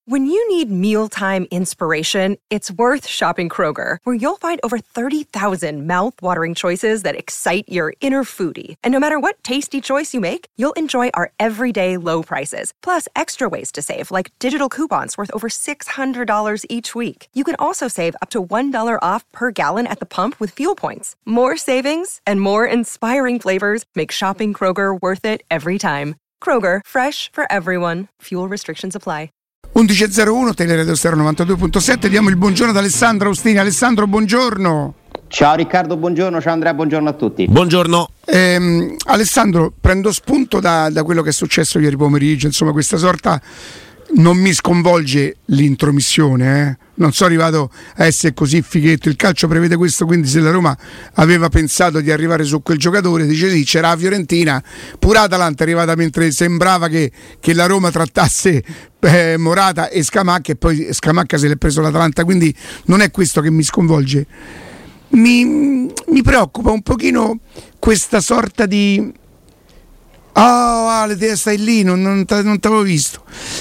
When you need mealtime inspiration, it's worth shopping Kroger, where you'll find over 30,000 mouth-watering choices that excite your inner foodie. And no matter what tasty choice you make, you'll enjoy our everyday low prices, plus extra ways to save, like digital coupons worth over $600 each week. You can also save up to $1 off per gallon at the pump with fuel points. More savings and more inspiring flavors make shopping Kroger worth it every time. Kroger, fresh for everyone. Fuel restrictions apply. 11.01 Teleradio Stereo 92.7. Diamo il buongiorno ad Alessandro Austini. Alessandro, buongiorno. Ciao Riccardo, buongiorno. Ciao Andrea, buongiorno a tutti. Buongiorno. Alessandro, prendo spunto da quello che è successo ieri pomeriggio. Insomma, questa sorta non mi sconvolge l'intromissione, non sono arrivato a essere così fighetto. Il calcio prevede questo, quindi se la Roma aveva pensato di arrivare su quel giocatore, dice sì, c'era la Fiorentina, pure Atalanta è arrivata mentre sembrava che la Roma trattasse Morata e Scamacca, e poi Scamacca se l'è preso l'Atalanta, quindi non è questo che mi sconvolge. Mi preoccupa un pochino questa sorta di Ale, te stai lì, non t'avevo visto.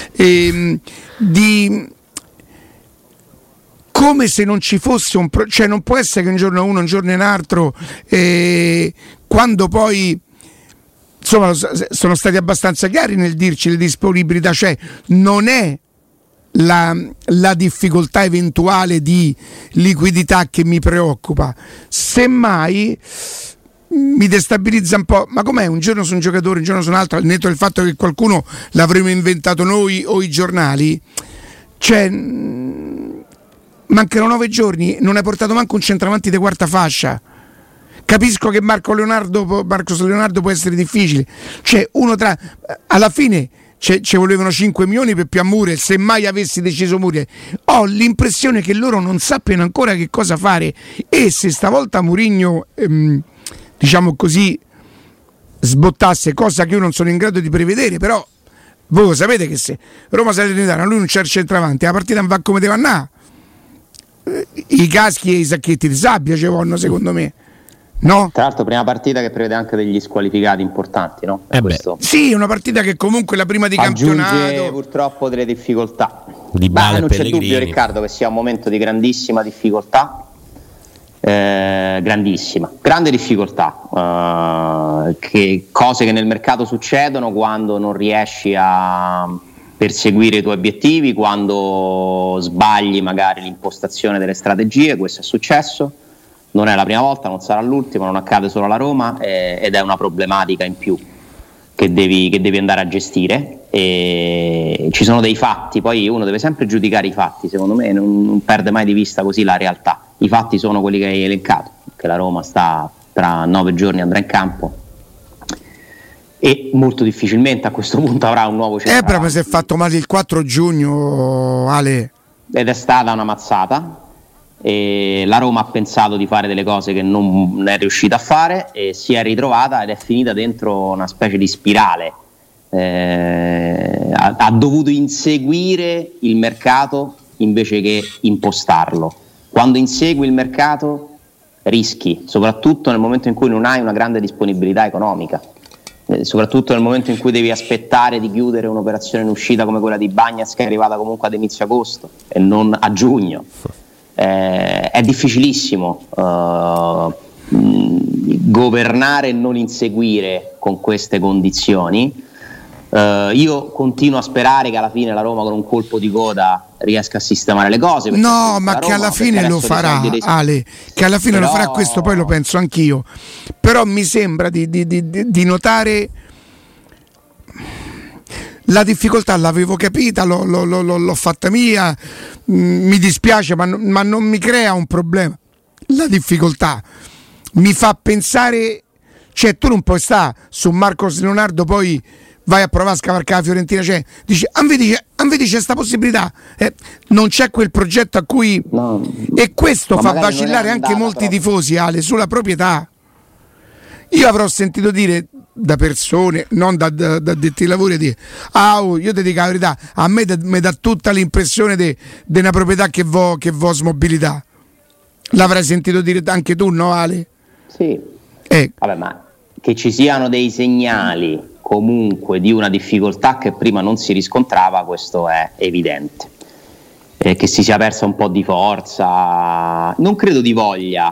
Come se non ci fosse cioè non può essere che un giorno uno, un giorno un altro, quando poi insomma sono stati abbastanza chiari nel dirci le disponibilità, cioè non è la difficoltà eventuale di liquidità che mi preoccupa, semmai mi destabilizza un po'. Ma com'è? Un giorno su un giocatore, un giorno su un altro, al netto del fatto che qualcuno l'avremmo inventato noi o i giornali, cioè mancano 9 giorni, non hai portato manco un centravanti di quarta fascia. Capisco che Marcos Leonardo può essere difficile, cioè alla fine ci volevano 5 milioni per più a Muriel, se mai avessi deciso Muriel. Ho l'impressione che loro non sappiano ancora che cosa fare, e se stavolta Mourinho diciamo così sbottasse, cosa che io non sono in grado di prevedere, però voi sapete che se Roma Salernitana lui non c'è il centravanti, la partita non va come deve andare. I caschi e i sacchetti di sabbia ci vogliono, secondo me, no? Tra l'altro prima partita che prevede anche degli squalificati importanti, no? Sì, una partita che comunque la prima di campionato aggiunge purtroppo delle difficoltà. Dybala, non c'è Pellegrini. dubbio, Riccardo, che sia un momento di grandissima difficoltà. Grande difficoltà, che cose che nel mercato succedono quando non riesci a perseguire i tuoi obiettivi, quando sbagli magari l'impostazione delle strategie. Questo è successo, non è la prima volta, non sarà l'ultima, non accade solo alla Roma, ed è una problematica in più che devi andare a gestire. E ci sono dei fatti, poi uno deve sempre giudicare i fatti, secondo me non perde mai di vista così la realtà. I fatti sono quelli che hai elencato, che la Roma tra 9 giorni andrà in campo e molto difficilmente a questo punto avrà un nuovo centravanti. Ebra si è fatto male il 4 giugno, Ale, ed è stata una mazzata, e la Roma ha pensato di fare delle cose che non è riuscita a fare, e si è ritrovata ed è finita dentro una specie di spirale. Ha dovuto inseguire il mercato invece che impostarlo. Quando insegui il mercato rischi, soprattutto nel momento in cui non hai una grande disponibilità economica, soprattutto nel momento in cui devi aspettare di chiudere un'operazione in uscita come quella di Bagnaz, che è arrivata comunque ad inizio agosto e non a giugno. È difficilissimo governare e non inseguire con queste condizioni. Io continuo a sperare che alla fine la Roma con un colpo di coda riesca a sistemare le cose. No, ma che alla fine lo farà, Ale, che alla fine lo farà, questo poi lo penso anch'io. Però mi sembra di notare la difficoltà, l'avevo capita, l'ho fatta mia, mi dispiace, ma non mi crea un problema. La difficoltà mi fa pensare, cioè tu non puoi stare su Marcos Leonardo, poi vai a provare a scavalcare la Fiorentina, cioè dici c'è questa possibilità, non c'è quel progetto a cui no. E questo fa vacillare anche molti tifosi, Ale, sulla proprietà. Io avrò sentito dire da persone, non da detti ai lavori, dire io ti dico la verità, a me mi dà tutta l'impressione di una proprietà che vo smobilità. L'avrai sentito dire anche tu, no, Ale? Sì. Vabbè, ma che ci siano dei segnali comunque di una difficoltà che prima non si riscontrava, questo è evidente. che si sia persa un po' di forza, non credo di voglia,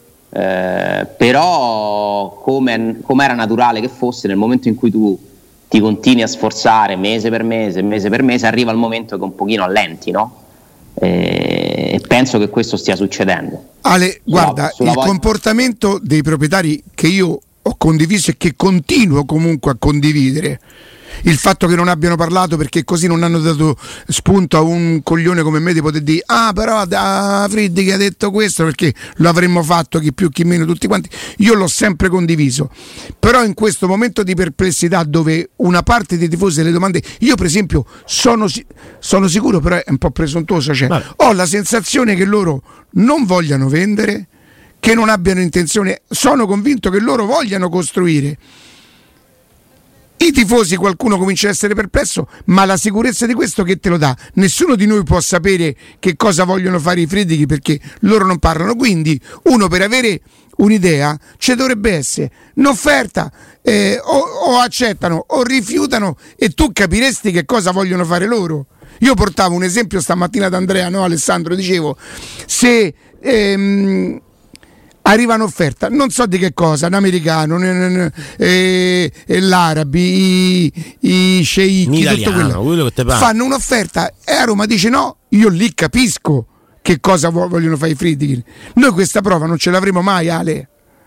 però come era naturale che fosse, nel momento in cui tu ti continui a sforzare mese per mese, arriva il momento che un pochino allenti, no? E penso che questo stia succedendo. Ale, guarda, il comportamento dei proprietari che io ho condiviso e che continuo comunque a condividere, il fatto che non abbiano parlato perché così non hanno dato spunto a un coglione come me di poter dire però da Friddi che ha detto questo, perché lo avremmo fatto chi più chi meno tutti quanti, io l'ho sempre condiviso, però in questo momento di perplessità dove una parte dei tifosi delle domande, io per esempio sono sicuro, però è un po' presuntuoso, cioè, ho la sensazione che loro non vogliano vendere, che non abbiano intenzione, sono convinto che loro vogliano costruire. I tifosi, qualcuno comincia a essere perplesso, ma la sicurezza di questo che te lo dà? Nessuno di noi può sapere che cosa vogliono fare i Friedrich perché loro non parlano, quindi uno per avere un'idea ci dovrebbe essere un'offerta, o accettano o rifiutano e tu capiresti che cosa vogliono fare loro. Io portavo un esempio stamattina da Andrea, no Alessandro, dicevo se arriva un'offerta, non so di che cosa, un americano, l'arabi, i sceicchi, tutto quello che fanno un'offerta e a Roma dice no, io lì capisco che cosa vogliono fare i Friedrich. Noi questa prova non ce l'avremo mai, Ale.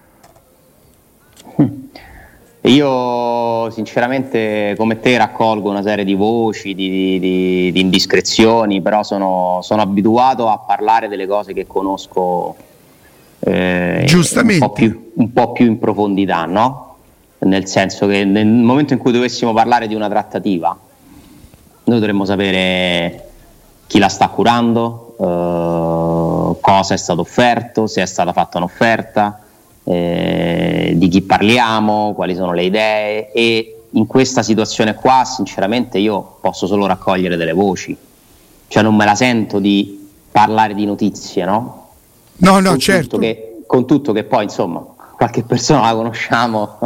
Io sinceramente come te raccolgo una serie di voci, di indiscrezioni, però sono abituato a parlare delle cose che conosco giustamente un po' più in profondità, no? Nel senso che nel momento in cui dovessimo parlare di una trattativa noi dovremmo sapere chi la sta curando, cosa è stato offerto, se è stata fatta un'offerta, di chi parliamo, quali sono le idee, e in questa situazione qua sinceramente io posso solo raccogliere delle voci, cioè non me la sento di parlare di notizie, no? No, certo. Con tutto che poi insomma qualche persona la conosciamo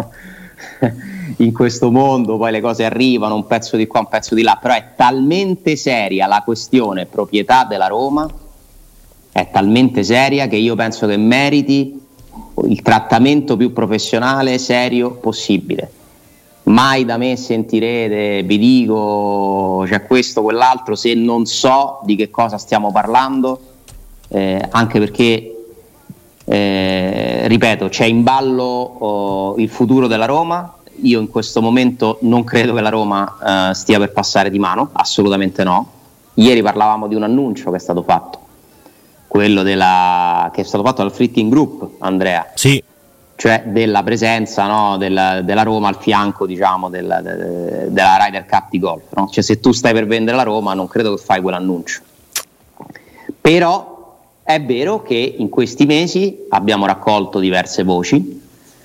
in questo mondo, poi le cose arrivano un pezzo di qua, un pezzo di là, però è talmente seria la questione proprietà della Roma, è talmente seria che io penso che meriti il trattamento più professionale, serio possibile. Mai da me sentirete, vi dico c'è questo, quell'altro, se non so di che cosa stiamo parlando. Anche perché ripeto, c'è in ballo il futuro della Roma. Io in questo momento non credo che la Roma stia per passare di mano, assolutamente no. Ieri parlavamo di un annuncio che è stato fatto, quello che è stato fatto dal Fritkin Group, Andrea, sì, cioè della presenza, no, della Roma al fianco, diciamo, della Ryder Cup di golf, no? Cioè se tu stai per vendere la Roma non credo che fai quell'annuncio. Però è vero che in questi mesi abbiamo raccolto diverse voci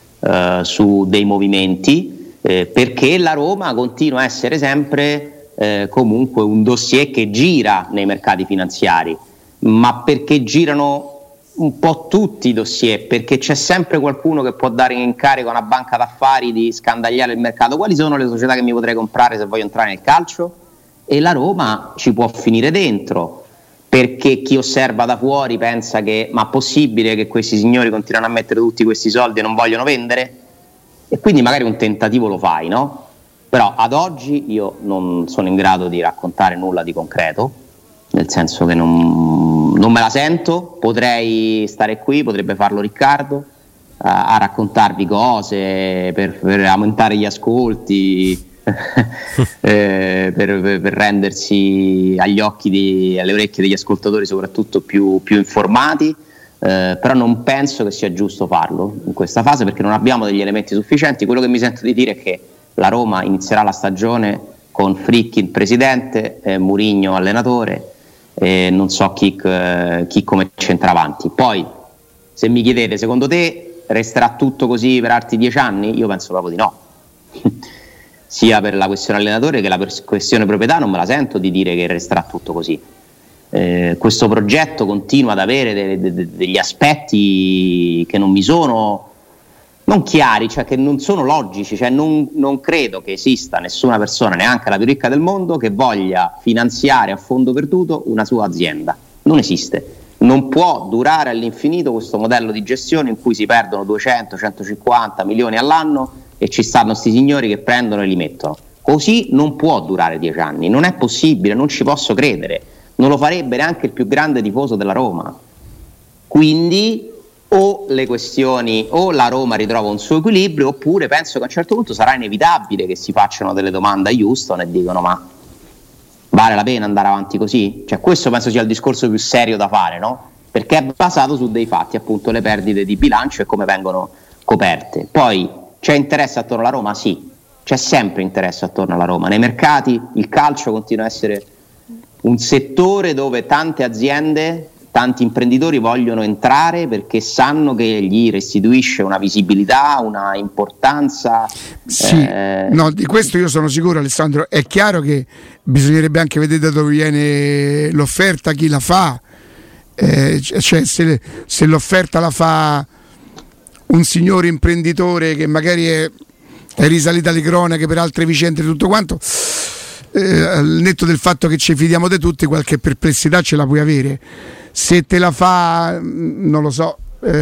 su dei movimenti, perché la Roma continua a essere sempre comunque un dossier che gira nei mercati finanziari, ma perché girano un po' tutti i dossier, perché c'è sempre qualcuno che può dare in carico a una banca d'affari di scandagliare il mercato. Quali sono le società che mi potrei comprare se voglio entrare nel calcio? E la Roma ci può finire dentro, perché chi osserva da fuori pensa che ma possibile che questi signori continuano a mettere tutti questi soldi e non vogliono vendere? E quindi magari un tentativo lo fai, no? Però ad oggi io non sono in grado di raccontare nulla di concreto, nel senso che non me la sento. Potrei stare qui, potrebbe farlo Riccardo, a raccontarvi cose per aumentare gli ascolti, per rendersi agli occhi alle orecchie degli ascoltatori soprattutto più informati, però non penso che sia giusto farlo in questa fase, perché non abbiamo degli elementi sufficienti. Quello che mi sento di dire è che la Roma inizierà la stagione con Fritkin presidente, Mourinho allenatore, non so chi come centravanti. Poi se mi chiedete secondo te resterà tutto così per altri 10 anni, io penso proprio di no. Sia per la questione allenatore che la questione proprietà non me la sento di dire che resterà tutto così. Questo progetto continua ad avere degli aspetti che non non chiari, cioè che non sono logici, cioè non credo che esista nessuna persona, neanche la più ricca del mondo, che voglia finanziare a fondo perduto una sua azienda. Non esiste. Non può durare all'infinito questo modello di gestione in cui si perdono 200-150 milioni all'anno e ci stanno sti signori che prendono e li mettono. Così non può durare 10 anni, non è possibile, non ci posso credere. Non lo farebbe neanche il più grande tifoso della Roma. Quindi o le questioni, o la Roma ritrova un suo equilibrio, oppure penso che a un certo punto sarà inevitabile che si facciano delle domande a Houston e dicono: ma vale la pena andare avanti così? Cioè, questo penso sia il discorso più serio da fare, no? Perché è basato su dei fatti, appunto le perdite di bilancio e come vengono coperte. Poi c'è interesse attorno alla Roma? Sì, c'è sempre interesse attorno alla Roma. Nei mercati il calcio continua a essere un settore dove tante aziende, tanti imprenditori vogliono entrare perché sanno che gli restituisce una visibilità, una importanza. Sì, no, di questo io sono sicuro, Alessandro. È chiaro che bisognerebbe anche vedere da dove viene l'offerta, chi la fa, cioè se l'offerta la fa un signore imprenditore che magari è risalita alle cronache per altre vicende e tutto quanto, al netto del fatto che ci fidiamo di tutti, qualche perplessità ce la puoi avere. Se te la fa, non lo so,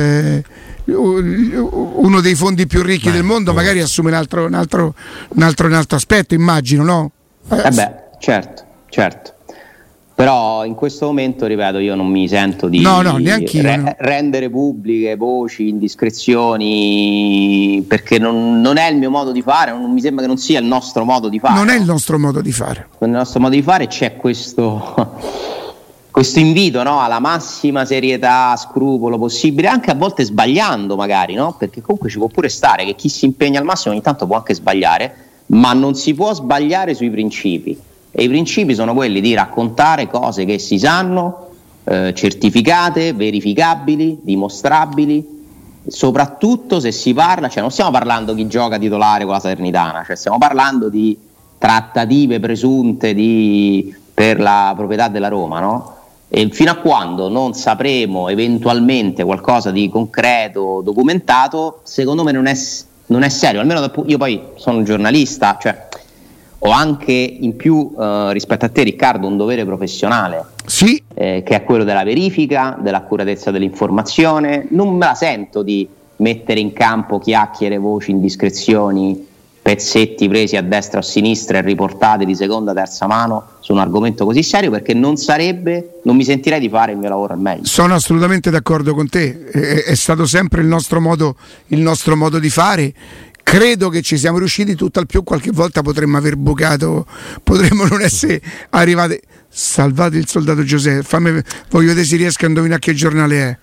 uno dei fondi più ricchi del mondo, magari assume un altro aspetto, immagino, no? Certo. Però in questo momento, ripeto, io non mi sento di rendere pubbliche voci, indiscrezioni, perché non è il mio modo di fare, non mi sembra che non sia il nostro modo di fare. Non è il nostro modo di fare. Nel nostro modo di fare c'è questo invito, no? Alla massima serietà, scrupolo possibile, anche a volte sbagliando magari, no? Perché comunque ci può pure stare che chi si impegna al massimo ogni tanto può anche sbagliare, ma non si può sbagliare sui principi. E i principi sono quelli di raccontare cose che si sanno, certificate, verificabili, dimostrabili, soprattutto se si parla, cioè non stiamo parlando di chi gioca titolare con la Salernitana, cioè stiamo parlando di trattative presunte per la proprietà della Roma, no? E fino a quando non sapremo eventualmente qualcosa di concreto, documentato, secondo me non è serio. Almeno io poi sono un giornalista, cioè ho anche in più rispetto a te, Riccardo, un dovere professionale, sì, che è quello della verifica, dell'accuratezza dell'informazione. Non me la sento di mettere in campo chiacchiere, voci, indiscrezioni, pezzetti presi a destra o a sinistra e riportati di seconda, terza mano su un argomento così serio, perché non mi sentirei di fare il mio lavoro al meglio. Sono assolutamente d'accordo con te, è stato sempre il nostro modo di fare. Credo che ci siamo riusciti, tutt'al più qualche volta potremmo aver bucato, potremmo non essere arrivati. Salvate il soldato Giuseppe, voglio vedere se riesco a indovinare che giornale è.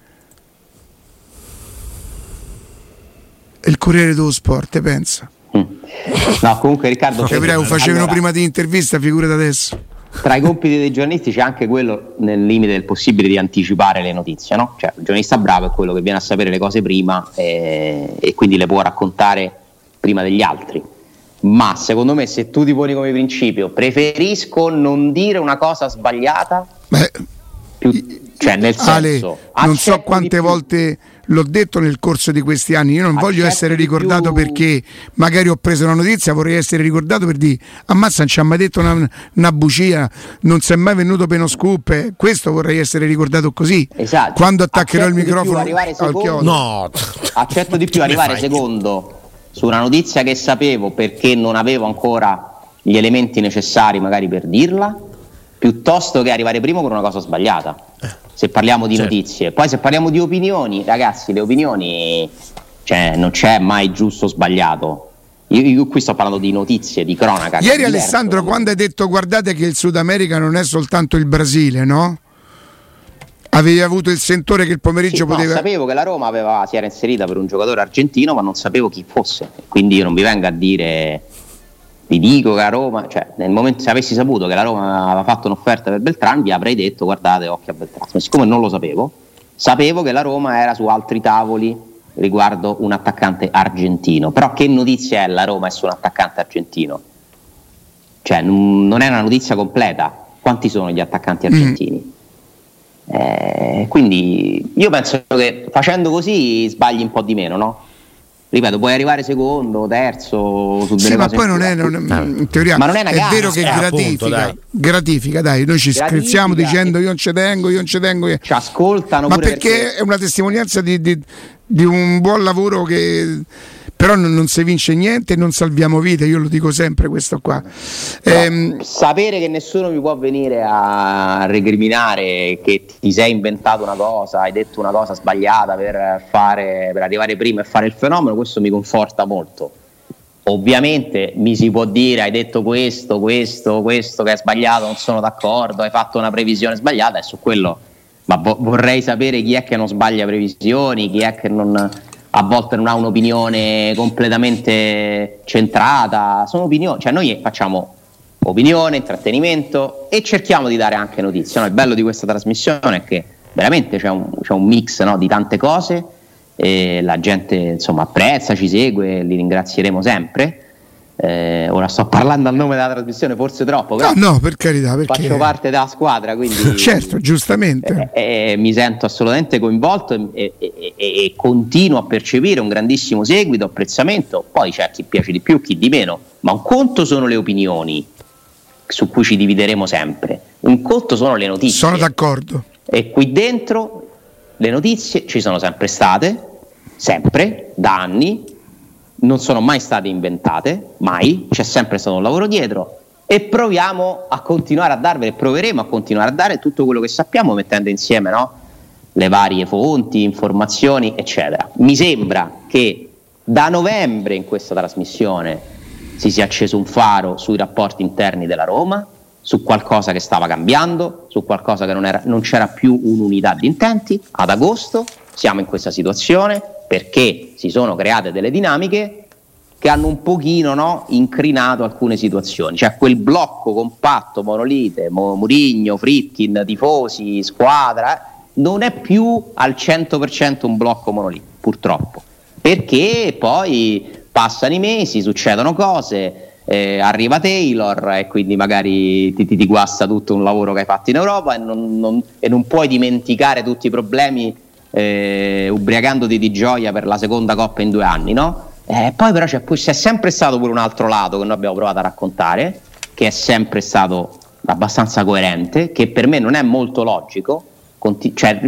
Il Corriere dello Sport, pensa. No, comunque Riccardo, facevano prima di intervista, figurati adesso. Tra i compiti dei giornalisti c'è anche quello, nel limite del possibile, di anticipare le notizie, no? Cioè, il giornalista bravo è quello che viene a sapere le cose prima e quindi le può raccontare prima degli altri. Ma secondo me, se tu ti poni come principio preferisco non dire una cosa sbagliata, cioè nel senso, Ale, non so quante volte l'ho detto nel corso di questi anni, io non voglio essere ricordato perché magari ho preso una notizia, vorrei essere ricordato per dire: ammazza, non ci ha mai detto una bugia, non si è mai venuto per uno scoop, questo vorrei essere ricordato così. Esatto. Quando attaccherò il microfono al chiodo. No, accetto di più arrivare secondo su una notizia che sapevo perché non avevo ancora gli elementi necessari magari per dirla, piuttosto che arrivare primo con una cosa sbagliata. Se parliamo di notizie, poi se parliamo di opinioni, ragazzi, le opinioni, cioè, non c'è mai giusto o sbagliato. Io qui sto parlando di notizie, di cronaca. Ieri Alessandro, quando hai detto guardate che il Sud America non è soltanto il Brasile, no? Avevi avuto il sentore che il pomeriggio poteva... No, sapevo che la Roma si era inserita per un giocatore argentino, ma non sapevo chi fosse, quindi io non vi vengo a dire, vi dico che la Roma, cioè nel momento, se avessi saputo che la Roma aveva fatto un'offerta per Beltrán, vi avrei detto guardate, occhio a Beltrán. Ma siccome non lo sapevo che la Roma era su altri tavoli riguardo un attaccante argentino. Però che notizia è la Roma è su un attaccante argentino? Cioè non è una notizia completa. Quanti sono gli attaccanti argentini? Quindi io penso che facendo così sbagli un po' di meno, no? ripeto, puoi arrivare secondo, terzo su delle ma cose poi non è in teoria, ma non è una gara, vero che gratifica, dai, noi ci scherziamo dicendo io non ci tengo, ci ascoltano, ma pure perché è una testimonianza di un buon lavoro, che però non si vince niente e non salviamo vite, io lo dico sempre questo qua. Sapere che nessuno mi può venire a recriminare che ti sei inventato una cosa, hai detto una cosa sbagliata per arrivare prima e fare il fenomeno, questo mi conforta molto. Ovviamente mi si può dire hai detto questo che è sbagliato, non sono d'accordo, hai fatto una previsione sbagliata, e su quello ma vorrei sapere chi è che non sbaglia previsioni, chi è che a volte non ha un'opinione completamente centrata. Sono opinioni, cioè noi facciamo opinione, intrattenimento e cerchiamo di dare anche notizie, no? Il bello di questa trasmissione è che veramente c'è un mix, no, di tante cose, e la gente insomma apprezza, ci segue, li ringrazieremo sempre. Ora sto parlando a nome della trasmissione, forse troppo, però no, per carità, perché faccio parte della squadra, quindi certo, giustamente mi sento assolutamente coinvolto e continuo a percepire un grandissimo seguito, apprezzamento. Poi c'è chi piace di più, chi di meno, ma un conto sono le opinioni su cui ci divideremo sempre, un conto sono le notizie. Sono d'accordo, e qui dentro le notizie ci sono sempre state, sempre, da anni, non sono mai state inventate, mai, c'è sempre stato un lavoro dietro, e proviamo a continuare a darvele, proveremo a continuare a dare tutto quello che sappiamo, mettendo insieme, no, le varie fonti, informazioni, eccetera. Mi sembra che da novembre in questa trasmissione si sia acceso un faro sui rapporti interni della Roma, su qualcosa che stava cambiando, su qualcosa che non c'era più un'unità di intenti. Ad agosto siamo in questa situazione perché si sono create delle dinamiche che hanno un pochino, no, incrinato alcune situazioni. Cioè quel blocco compatto, monolite, Mourinho, Friedkin, tifosi, squadra, non è più al 100% un blocco monolite, purtroppo, perché poi passano i mesi, succedono cose, arriva Taylor e quindi magari ti guasta tutto un lavoro che hai fatto in Europa, e non puoi dimenticare tutti i problemi ubriacandoti di gioia per la seconda coppa in 2 anni, no? Poi però c'è sempre stato pure un altro lato che noi abbiamo provato a raccontare, che è sempre stato abbastanza coerente, che per me non è molto logico, cioè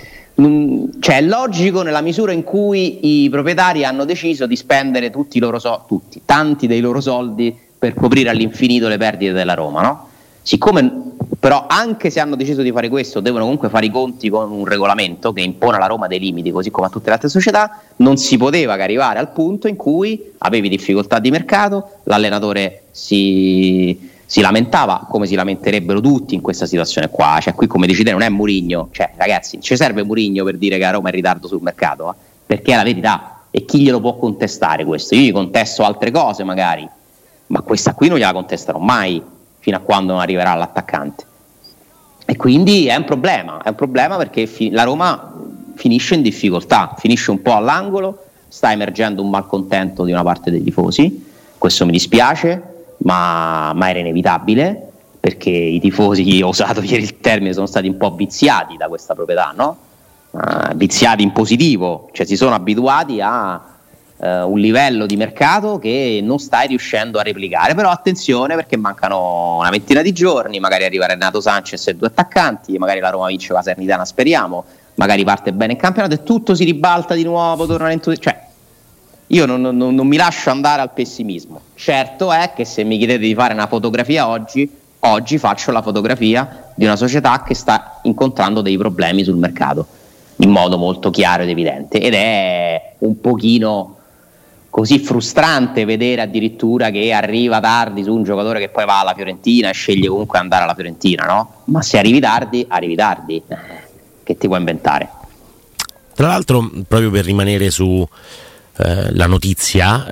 è logico nella misura in cui i proprietari hanno deciso di spendere tanti dei loro soldi per coprire all'infinito le perdite della Roma, no? Siccome però anche se hanno deciso di fare questo devono comunque fare i conti con un regolamento che impone alla Roma dei limiti, così come a tutte le altre società, non si poteva che arrivare al punto in cui avevi difficoltà di mercato, l'allenatore si lamentava, come si lamenterebbero tutti in questa situazione qua. Cioè qui, come dici te, non è Mourinho, cioè ragazzi, ci serve Mourinho per dire che la Roma è in ritardo sul mercato, perché è la verità, e chi glielo può contestare questo? Io gli contesto altre cose magari, ma questa qui non gliela contesterò mai fino a quando non arriverà l'attaccante. E quindi è un problema perché la Roma finisce in difficoltà, finisce un po' all'angolo, sta emergendo un malcontento di una parte dei tifosi, questo mi dispiace, ma era inevitabile, perché i tifosi, ho usato ieri il termine, sono stati un po' viziati da questa proprietà, no? Viziati in positivo, cioè si sono abituati a un livello di mercato che non stai riuscendo a replicare. Però attenzione, perché mancano una ventina di giorni, magari arriva Renato Sanchez e 2 attaccanti, magari la Roma vince la Salernitana, speriamo, magari parte bene in campionato e tutto si ribalta di nuovo, torna in cioè io non mi lascio andare al pessimismo. Certo è che se mi chiedete di fare una fotografia oggi faccio la fotografia di una società che sta incontrando dei problemi sul mercato in modo molto chiaro ed evidente, ed è un pochino così frustrante vedere addirittura che arriva tardi su un giocatore che poi va alla Fiorentina e sceglie comunque andare alla Fiorentina, no? Ma se arrivi tardi, che ti puoi inventare? Tra l'altro, proprio per rimanere su la notizia,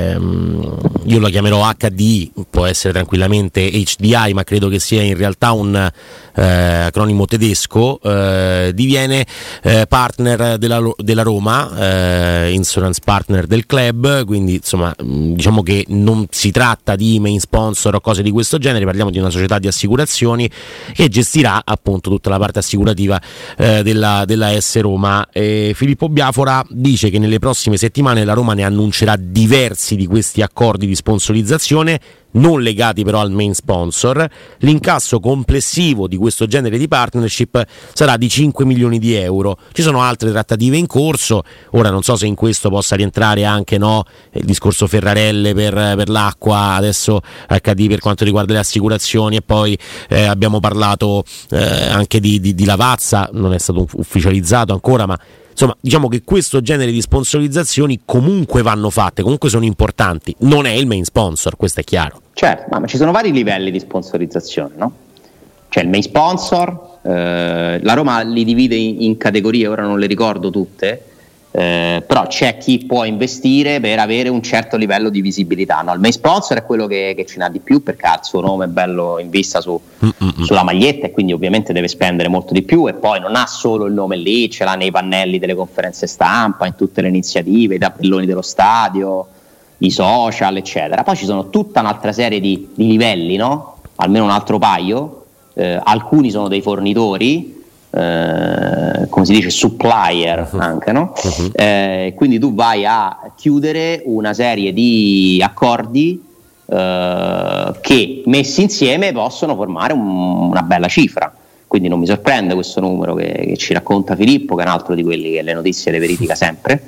io la chiamerò HDI, può essere tranquillamente HDI, ma credo che sia in realtà un acronimo tedesco, diviene partner della Roma, insurance partner del club, quindi insomma diciamo che non si tratta di main sponsor o cose di questo genere, parliamo di una società di assicurazioni che gestirà appunto tutta la parte assicurativa della AS Roma. Filippo Biafora dice che nelle prossime settimane settimane la Roma ne annuncerà diversi di questi accordi di sponsorizzazione, non legati però al main sponsor. L'incasso complessivo di questo genere di partnership sarà di 5 milioni di euro. Ci sono altre trattative in corso, ora non so se in questo possa rientrare anche il discorso Ferrarelle per l'acqua, adesso HD per quanto riguarda le assicurazioni, e poi abbiamo parlato anche di Lavazza, non è stato ufficializzato ancora, ma insomma, diciamo che questo genere di sponsorizzazioni comunque vanno fatte, comunque sono importanti. Non è il main sponsor, questo è chiaro. Certo, ma ci sono vari livelli di sponsorizzazione, no? C'è il main sponsor, la Roma li divide in categorie, ora non le ricordo tutte, però c'è chi può investire per avere un certo livello di visibilità, no? Il main sponsor è quello che ce n'ha di più, perché ha il suo nome bello in vista sulla maglietta, e quindi ovviamente deve spendere molto di più, e poi non ha solo il nome lì, ce l'ha nei pannelli delle conferenze stampa, in tutte le iniziative, i tabelloni dello stadio, i social, eccetera. Poi ci sono tutta un'altra serie di livelli, no? Almeno un altro paio, alcuni sono dei fornitori, come si dice, supplier anche, no? Quindi tu vai a chiudere una serie di accordi che messi insieme possono formare una bella cifra. Quindi non mi sorprende questo numero che ci racconta Filippo, che è un altro di quelli che le notizie le verifica sempre.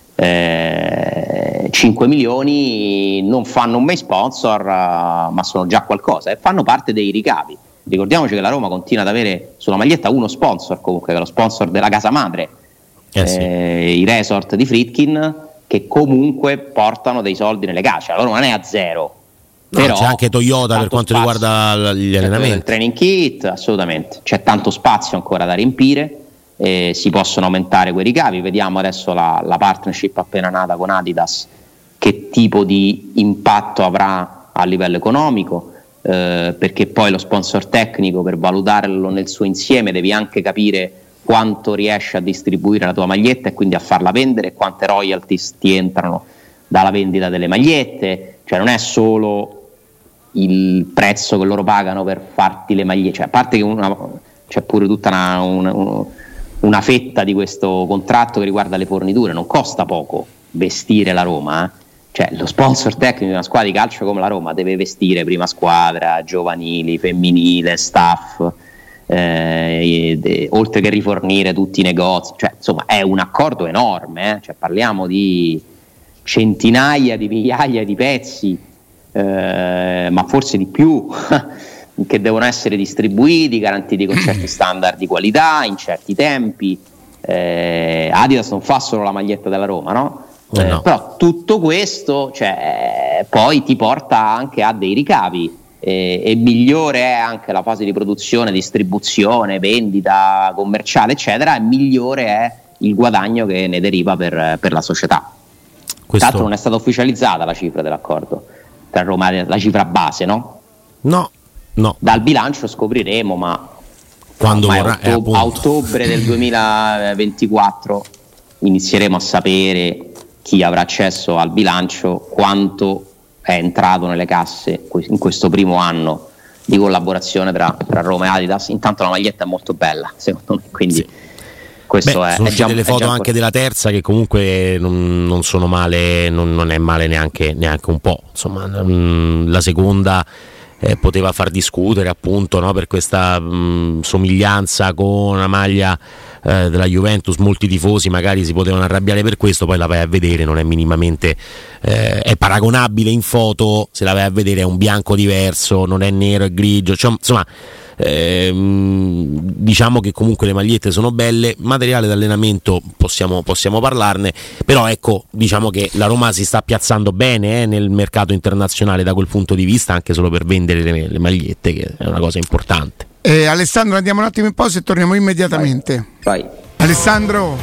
5 milioni non fanno un main sponsor, ma sono già qualcosa e fanno parte dei ricavi. Ricordiamoci che la Roma continua ad avere sulla maglietta uno sponsor, comunque, che è lo sponsor della casa madre, i resort di Friedkin, che comunque portano dei soldi nelle casse. La Roma non è a zero. No, però c'è anche Toyota per quanto riguarda gli allenamenti. Il training kit, assolutamente. C'è tanto spazio ancora da riempire, si possono aumentare quei ricavi. Vediamo adesso la partnership appena nata con Adidas, che tipo di impatto avrà a livello economico. Perché poi lo sponsor tecnico, per valutarlo nel suo insieme, devi anche capire quanto riesce a distribuire la tua maglietta e quindi a farla vendere, e quante royalties ti entrano dalla vendita delle magliette. Cioè non è solo il prezzo che loro pagano per farti le magliette, cioè, a parte che c'è pure tutta una fetta di questo contratto che riguarda le forniture. Non costa poco vestire la Roma, Cioè, lo sponsor tecnico di una squadra di calcio come la Roma deve vestire prima squadra, giovanili, femminile, staff, oltre che rifornire tutti i negozi. Cioè, insomma, è un accordo enorme, Cioè, parliamo di centinaia di migliaia di pezzi, ma forse di più, che devono essere distribuiti, garantiti con certi standard di qualità, in certi tempi. Adidas non fa solo la maglietta della Roma, no? No. Però tutto questo, cioè, poi ti porta anche a dei ricavi, e migliore è anche la fase di produzione, distribuzione, vendita commerciale, eccetera, e migliore è il guadagno che ne deriva per la società. Tra l'altro non è stata ufficializzata la cifra dell'accordo tra Roma e la cifra base, no? No. Dal bilancio scopriremo, ma quando a ottobre del 2024 inizieremo a sapere, chi avrà accesso al bilancio, quanto è entrato nelle casse in questo primo anno di collaborazione tra Roma e Adidas. Intanto la maglietta è molto bella, secondo me, quindi sì. Questo sono già delle foto anche della terza, che comunque non sono male, non è male neanche un po'. Insomma, la seconda poteva far discutere, appunto, no, per questa somiglianza con una maglia della Juventus. Molti tifosi magari si potevano arrabbiare per questo, poi la vai a vedere, non è minimamente è paragonabile in foto, se la vai a vedere è un bianco diverso, non è nero, è grigio, cioè, insomma, diciamo che comunque le magliette sono belle. Materiale d'allenamento possiamo parlarne, però ecco, diciamo che la Roma si sta piazzando bene nel mercato internazionale da quel punto di vista, anche solo per vendere le magliette, che è una cosa importante. Alessandro, andiamo un attimo in pausa e torniamo immediatamente. Vai. Alessandro,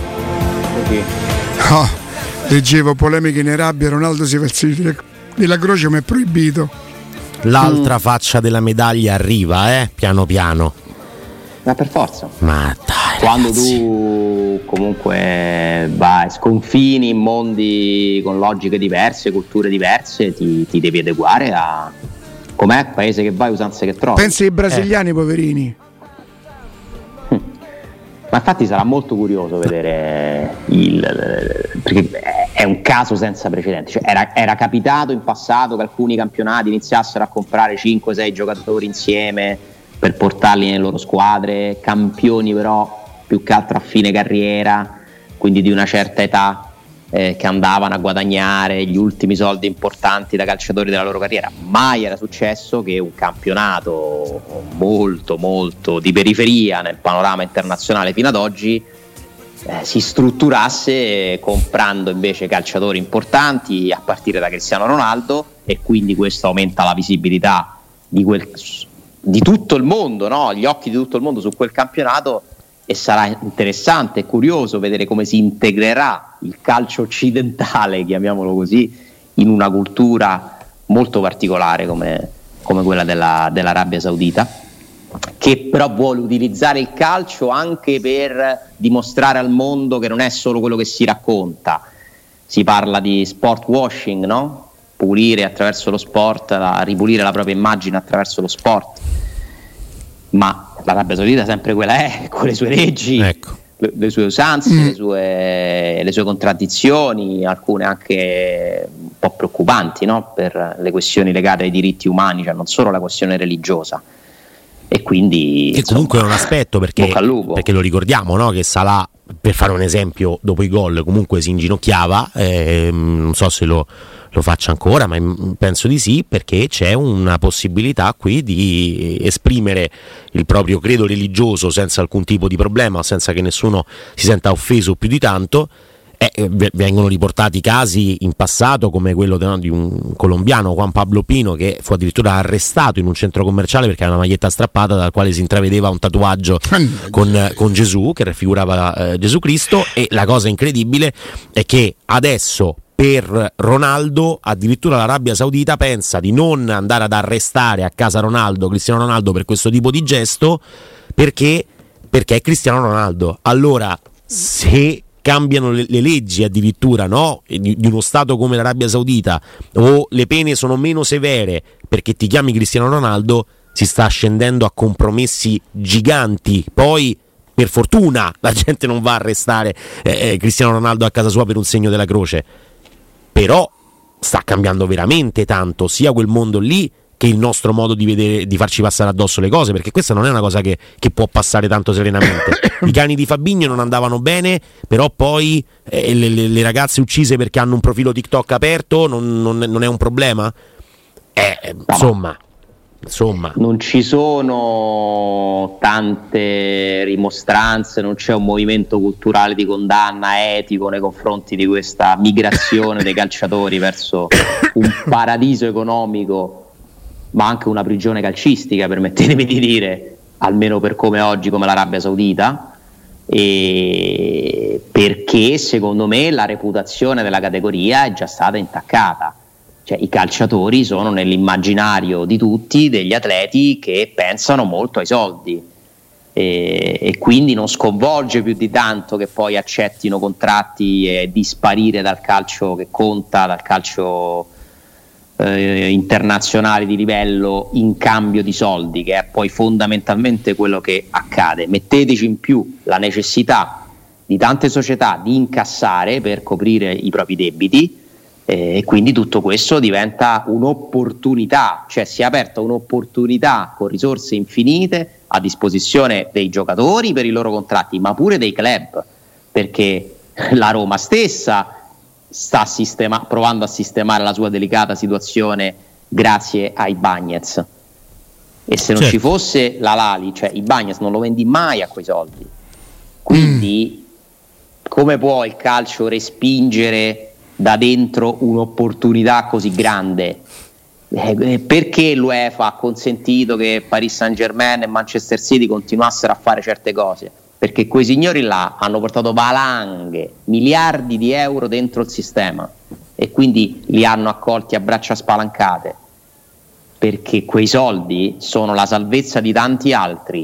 leggevo polemiche in Arabia, Ronaldo si fa il segno della croce, ma è proibito. L'altra faccia della medaglia arriva, piano piano. Ma per forza. Ma dai, quando ragazzi, tu comunque sconfini in mondi con logiche diverse, culture diverse, ti devi adeguare a com'è, paese che vai, usanze che trovi. Pensi ai brasiliani, poverini. Ma infatti sarà molto curioso vedere perché è un caso senza precedenti, cioè era capitato in passato che alcuni campionati iniziassero a comprare 5-6 giocatori insieme per portarli nelle loro squadre, campioni però più che altro a fine carriera, quindi di una certa età, che andavano a guadagnare gli ultimi soldi importanti da calciatori della loro carriera. Mai era successo che un campionato molto molto di periferia nel panorama internazionale fino ad oggi si strutturasse comprando invece calciatori importanti a partire da Cristiano Ronaldo, e quindi questo aumenta la visibilità di tutto il mondo, no? Gli occhi di tutto il mondo su quel campionato, e sarà interessante e curioso vedere come si integrerà il calcio occidentale, chiamiamolo così, in una cultura molto particolare come quella dell'Arabia Saudita, che però vuole utilizzare il calcio anche per dimostrare al mondo che non è solo quello che si racconta. Si parla di sport washing, no? Pulire attraverso lo sport, ripulire la propria immagine attraverso lo sport, ma l'Arabia Saudita è sempre quella è, con le sue leggi, ecco, le sue usanze, le sue contraddizioni, alcune anche un po' preoccupanti, no? Per le questioni legate ai diritti umani, cioè non solo la questione religiosa. E quindi che comunque è un aspetto, perché lo ricordiamo, no? Che Salah, per fare un esempio, dopo i gol comunque si inginocchiava, non so se lo faccia ancora, ma penso di sì, perché c'è una possibilità qui di esprimere il proprio credo religioso senza alcun tipo di problema, senza che nessuno si senta offeso più di tanto. Vengono riportati casi in passato come quello di un colombiano, Juan Pablo Pino, che fu addirittura arrestato in un centro commerciale perché aveva una maglietta strappata dal quale si intravedeva un tatuaggio con Gesù, che raffigurava Gesù Cristo. E la cosa incredibile è che adesso per Ronaldo addirittura l'Arabia Saudita pensa di non andare ad arrestare a casa Cristiano Ronaldo per questo tipo di gesto, perché è Cristiano Ronaldo. Allora, se cambiano le leggi addirittura, no? di uno stato come l'Arabia Saudita, o le pene sono meno severe perché ti chiami Cristiano Ronaldo, si sta scendendo a compromessi giganti. Poi per fortuna la gente non va a arrestare Cristiano Ronaldo a casa sua per un segno della croce, però sta cambiando veramente tanto sia quel mondo lì che il nostro modo di vedere, di farci passare addosso le cose, perché questa non è una cosa che può passare tanto serenamente. I cani di Fabinho non andavano bene, però poi le ragazze uccise perché hanno un profilo TikTok aperto non è un problema? Insomma, non ci sono tante rimostranze, non c'è un movimento culturale di condanna etico nei confronti di questa migrazione dei calciatori verso un paradiso economico, ma anche una prigione calcistica, permettetemi di dire, almeno per come oggi, come l'Arabia Saudita, e perché secondo me la reputazione della categoria è già stata intaccata. Cioè, i calciatori sono nell'immaginario di tutti degli atleti che pensano molto ai soldi, e quindi non sconvolge più di tanto che poi accettino contratti e di sparire dal calcio che conta, dal calcio internazionali di livello, in cambio di soldi, che è poi fondamentalmente quello che accade. Metteteci in più la necessità di tante società di incassare per coprire i propri debiti, e quindi tutto questo diventa un'opportunità, cioè si è aperta un'opportunità con risorse infinite a disposizione dei giocatori per i loro contratti, ma pure dei club, perché la Roma stessa sta provando a sistemare la sua delicata situazione grazie ai Bagnez, e se non ci fosse la Lali, cioè i Bagnez non lo vendi mai a quei soldi. Quindi come può il calcio respingere da dentro un'opportunità così grande? Perché l'UEFA ha consentito che Paris Saint-Germain e Manchester City continuassero a fare certe cose? Perché quei signori là hanno portato valanghe, miliardi di euro dentro il sistema, e quindi li hanno accolti a braccia spalancate, perché quei soldi sono la salvezza di tanti altri.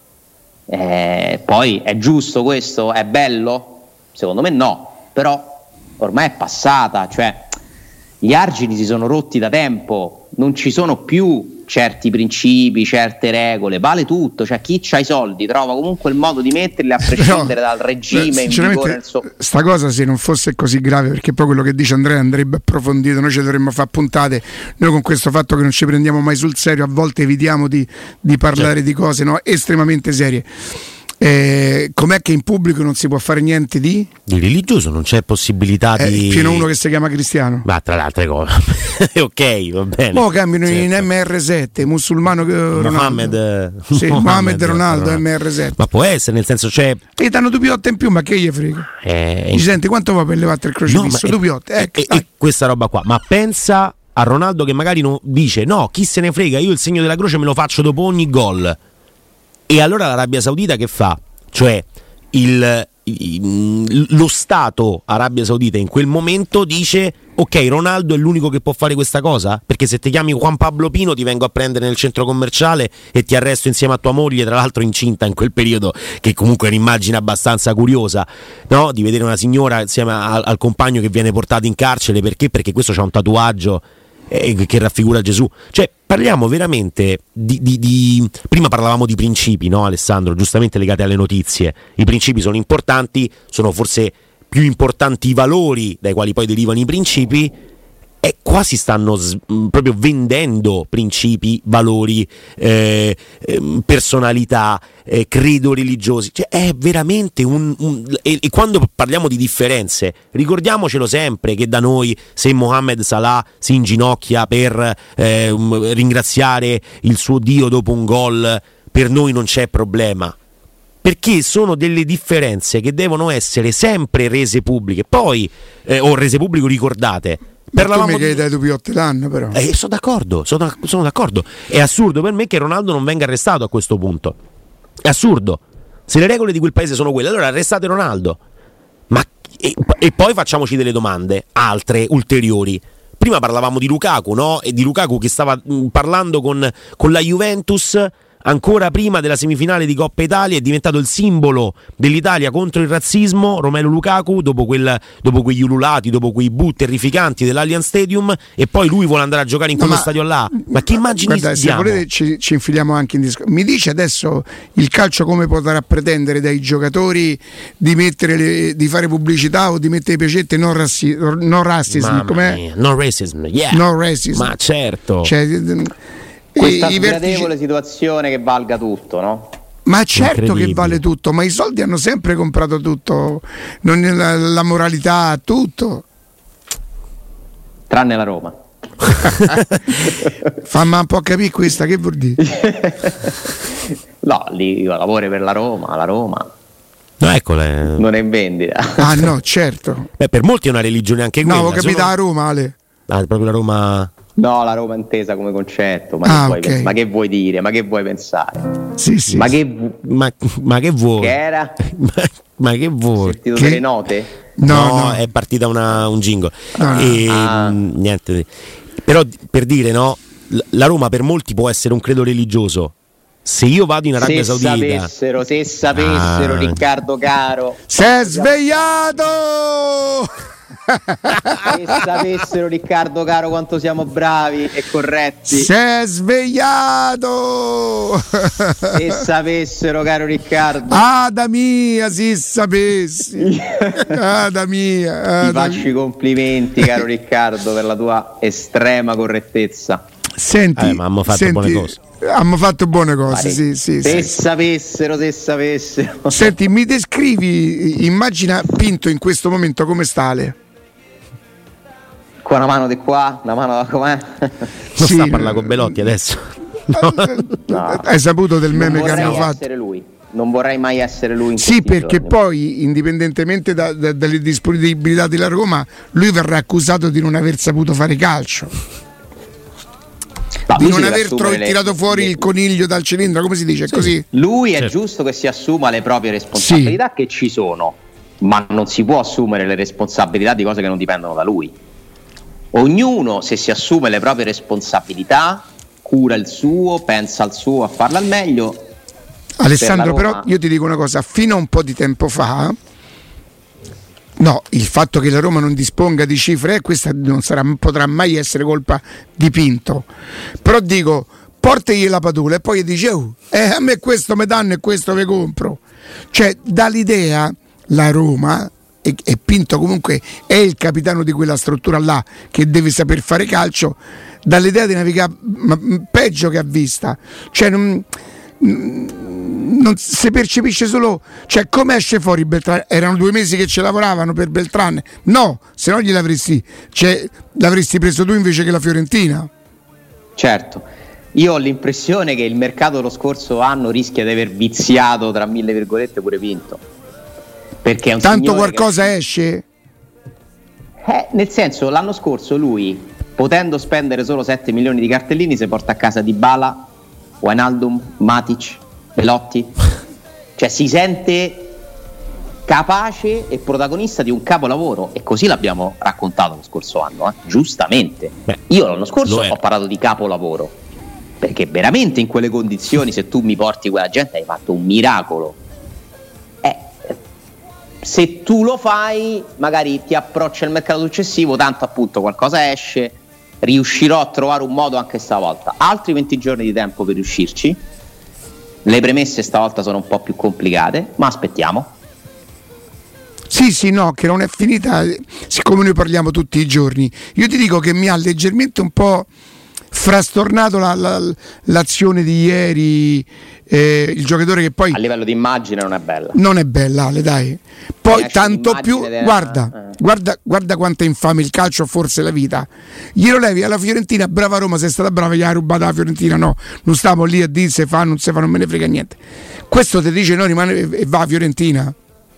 Poi è giusto questo? È bello? Secondo me no, però ormai è passata, cioè gli argini si sono rotti da tempo, non ci sono più certi principi, certe regole, vale tutto, cioè chi c'ha i soldi trova comunque il modo di metterli a prescindere dal regime in vigore. Sta cosa, se non fosse così grave, perché poi quello che dice Andrea andrebbe approfondito, noi ci dovremmo fare puntate, noi con questo fatto che non ci prendiamo mai sul serio a volte evitiamo di parlare di cose, no, estremamente serie. Com'è che in pubblico non si può fare niente di religioso? Non c'è possibilità di. Pieno uno che si chiama Cristiano. Ma tra le altre cose, ok, va bene. Mo cambiano in MR7, musulmano Mohammed. Sì, Mohammed Ronaldo MR7. Ma può essere, nel senso c'è. E danno dupiotte in più, ma che gli frega? Mi senti quanto va per levarti il crocifisso? Dupiotte. E questa roba qua. Ma pensa a Ronaldo che magari non dice no, chi se ne frega, io il segno della croce me lo faccio dopo ogni gol. E allora l'Arabia Saudita che fa? Cioè lo Stato Arabia Saudita in quel momento dice ok, Ronaldo è l'unico che può fare questa cosa? Perché se ti chiami Juan Pablo Pino ti vengo a prendere nel centro commerciale e ti arresto insieme a tua moglie, tra l'altro incinta in quel periodo, che comunque è un'immagine abbastanza curiosa, no? Di vedere una signora insieme al compagno che viene portato in carcere perché questo c'ha un tatuaggio che raffigura Gesù. Cioè parliamo veramente di prima parlavamo di principi, no Alessandro, giustamente legati alle notizie. I principi sono importanti, sono forse più importanti i valori dai quali poi derivano i principi, e qua si stanno proprio vendendo principi, valori, personalità, credo religiosi. Cioè è veramente e quando parliamo di differenze ricordiamocelo sempre che da noi se Mohamed Salah si inginocchia per ringraziare il suo Dio dopo un gol, per noi non c'è problema, perché sono delle differenze che devono essere sempre rese pubbliche, poi o rese pubblico ricordate. Ma tu mi chiedi dai dupiotti l'anno, però. Sono d'accordo, sono d'accordo. È assurdo per me che Ronaldo non venga arrestato a questo punto. È assurdo. Se le regole di quel paese sono quelle, allora arrestate Ronaldo. Ma e poi facciamoci delle domande, altre, ulteriori. Prima parlavamo di Lukaku, no? E di Lukaku che stava parlando con la Juventus. Ancora prima della semifinale di Coppa Italia è diventato il simbolo dell'Italia contro il razzismo, Romelu Lukaku, dopo quegli ululati, dopo quei bu terrificanti dell'Allianz Stadium, e poi lui vuole andare a giocare in quello stadio là. Ma che immagini diamo? Se volete ci infiliamo anche in discorso. Mi dice adesso il calcio come potrà pretendere dai giocatori di fare pubblicità o di mettere i pecetti non razzismo, com'è? No racism, yeah. No racism. Ma certo. Cioè, questa sgradevole situazione che valga tutto, no? Ma certo che vale tutto, ma i soldi hanno sempre comprato tutto, non la moralità, tutto. Tranne la Roma. Fammi un po' capire questa, che vuol dire? No, lì lavori per la Roma. No, eccole. Non è in vendita. Ah no, certo. Beh, per molti è una religione anche quella. No, ho capito a Roma, Ale. Proprio la Roma. No, la Roma intesa come concetto, ma che vuoi dire? Ma che vuoi pensare? Sì. Ma che vuoi? Che era? ma che vuoi? Sentito delle note? No, è partita un jingle. No. Niente. Però per dire, no, la Roma per molti può essere un credo religioso. Se io vado in Arabia Saudita, se sapessero, Riccardo caro, si è svegliato. Se sapessero, Riccardo caro, quanto siamo bravi e corretti. Si è svegliato. Se sapessero, caro Riccardo. Ada mia, se sapessi. Ada mia. Ti faccio i complimenti, caro Riccardo, per la tua estrema correttezza. Senti, ma hanno fatto buone cose. Hanno fatto buone cose, sì. Se sapessero. Senti, mi descrivi, immagina Pinto in questo momento come sta, Ale? Con una mano di qua, una mano da com'è? Non sta a parlare con Belotti adesso. No. Hai saputo del meme che hanno fatto? Non vorrei mai essere lui. Sì, perché giorni. Poi, indipendentemente dalle disponibilità della Roma, lui verrà accusato di non aver saputo fare calcio. Di non aver tirato fuori il coniglio dal cilindro, come si dice? Sì. Così? Lui è giusto che si assuma le proprie responsabilità, che ci sono, ma non si può assumere le responsabilità di cose che non dipendono da lui. Ognuno, se si assume le proprie responsabilità, cura il suo, pensa al suo, a farla al meglio. Alessandro, però io ti dico una cosa, fino a un po' di tempo fa, no, il fatto che la Roma non disponga di cifre, questa non potrà mai essere colpa di Pinto. Però dico, portegli la padula e poi gli dice a me questo mi danno e questo vi compro. Cioè dà l'idea, la Roma, e Pinto comunque è il capitano di quella struttura là che deve saper fare calcio, dall'idea di navigare peggio che a vista. Cioè non si percepisce solo, cioè come esce fuori Beltran. Erano 2 mesi che ci lavoravano per Beltran, no, se no l'avresti preso tu invece che la Fiorentina. Certo, io ho l'impressione che il mercato lo scorso anno rischia di aver viziato tra mille virgolette pure Pinto, perché è un tanto qualcosa esce, nel senso, l'anno scorso lui, potendo spendere solo 7 milioni di cartellini, si porta a casa Dybala, Wijnaldum, Matic, Belotti, cioè si sente capace e protagonista di un capolavoro, e così l'abbiamo raccontato lo scorso anno, giustamente. Io l'anno scorso ho parlato di capolavoro, perché veramente in quelle condizioni, se tu mi porti quella gente, hai fatto un miracolo. Se tu lo fai, magari ti approcci al mercato successivo, tanto appunto qualcosa esce, riuscirò a trovare un modo anche stavolta. Altri 20 giorni di tempo per riuscirci. Le premesse stavolta sono un po' più complicate, ma aspettiamo. Sì, no, che non è finita, siccome noi parliamo tutti i giorni. Io ti dico che mi ha leggermente un po' frastornato l'azione di ieri, il giocatore che poi a livello di immagine non è bella. Non è bella, Ale, dai. Poi tanto più, guarda quanto è infame il calcio, forse la vita. Glielo levi alla Fiorentina, brava Roma, sei stata brava, gli hai rubato la Fiorentina, no, non stiamo lì a dire se fa, non se fa, non me ne frega niente. Questo ti dice no, rimane e va a Fiorentina.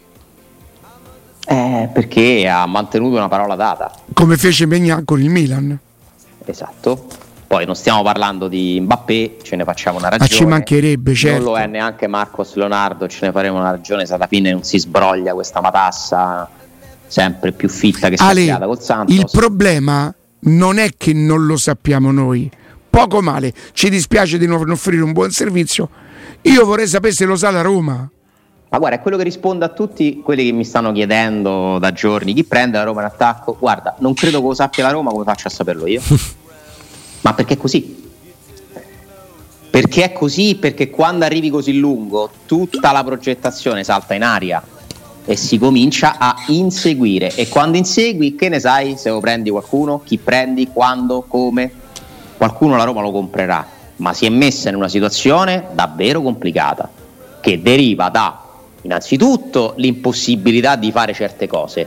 Perché ha mantenuto una parola data. Come fece Maignan con il Milan. Esatto. Poi non stiamo parlando di Mbappé, ce ne facciamo una ragione. Ma ci mancherebbe, certo. Non lo è neanche Marcos Leonardo, ce ne faremo una ragione se alla fine non si sbroglia questa matassa sempre più fitta che si è creata col Santos. Il problema non è che non lo sappiamo noi. Poco male, ci dispiace di non offrire un buon servizio. Io vorrei sapere se lo sa la Roma. Ma guarda, è quello che rispondo a tutti quelli che mi stanno chiedendo da giorni chi prende la Roma in attacco. Guarda, non credo che lo sappia la Roma, come faccio a saperlo io? Ma perché è così? Perché è così? Perché quando arrivi così lungo tutta la progettazione salta in aria e si comincia a inseguire, e quando insegui che ne sai se lo prendi qualcuno, chi prendi, quando, come? Qualcuno la Roma lo comprerà, ma si è messa in una situazione davvero complicata che deriva da innanzitutto l'impossibilità di fare certe cose,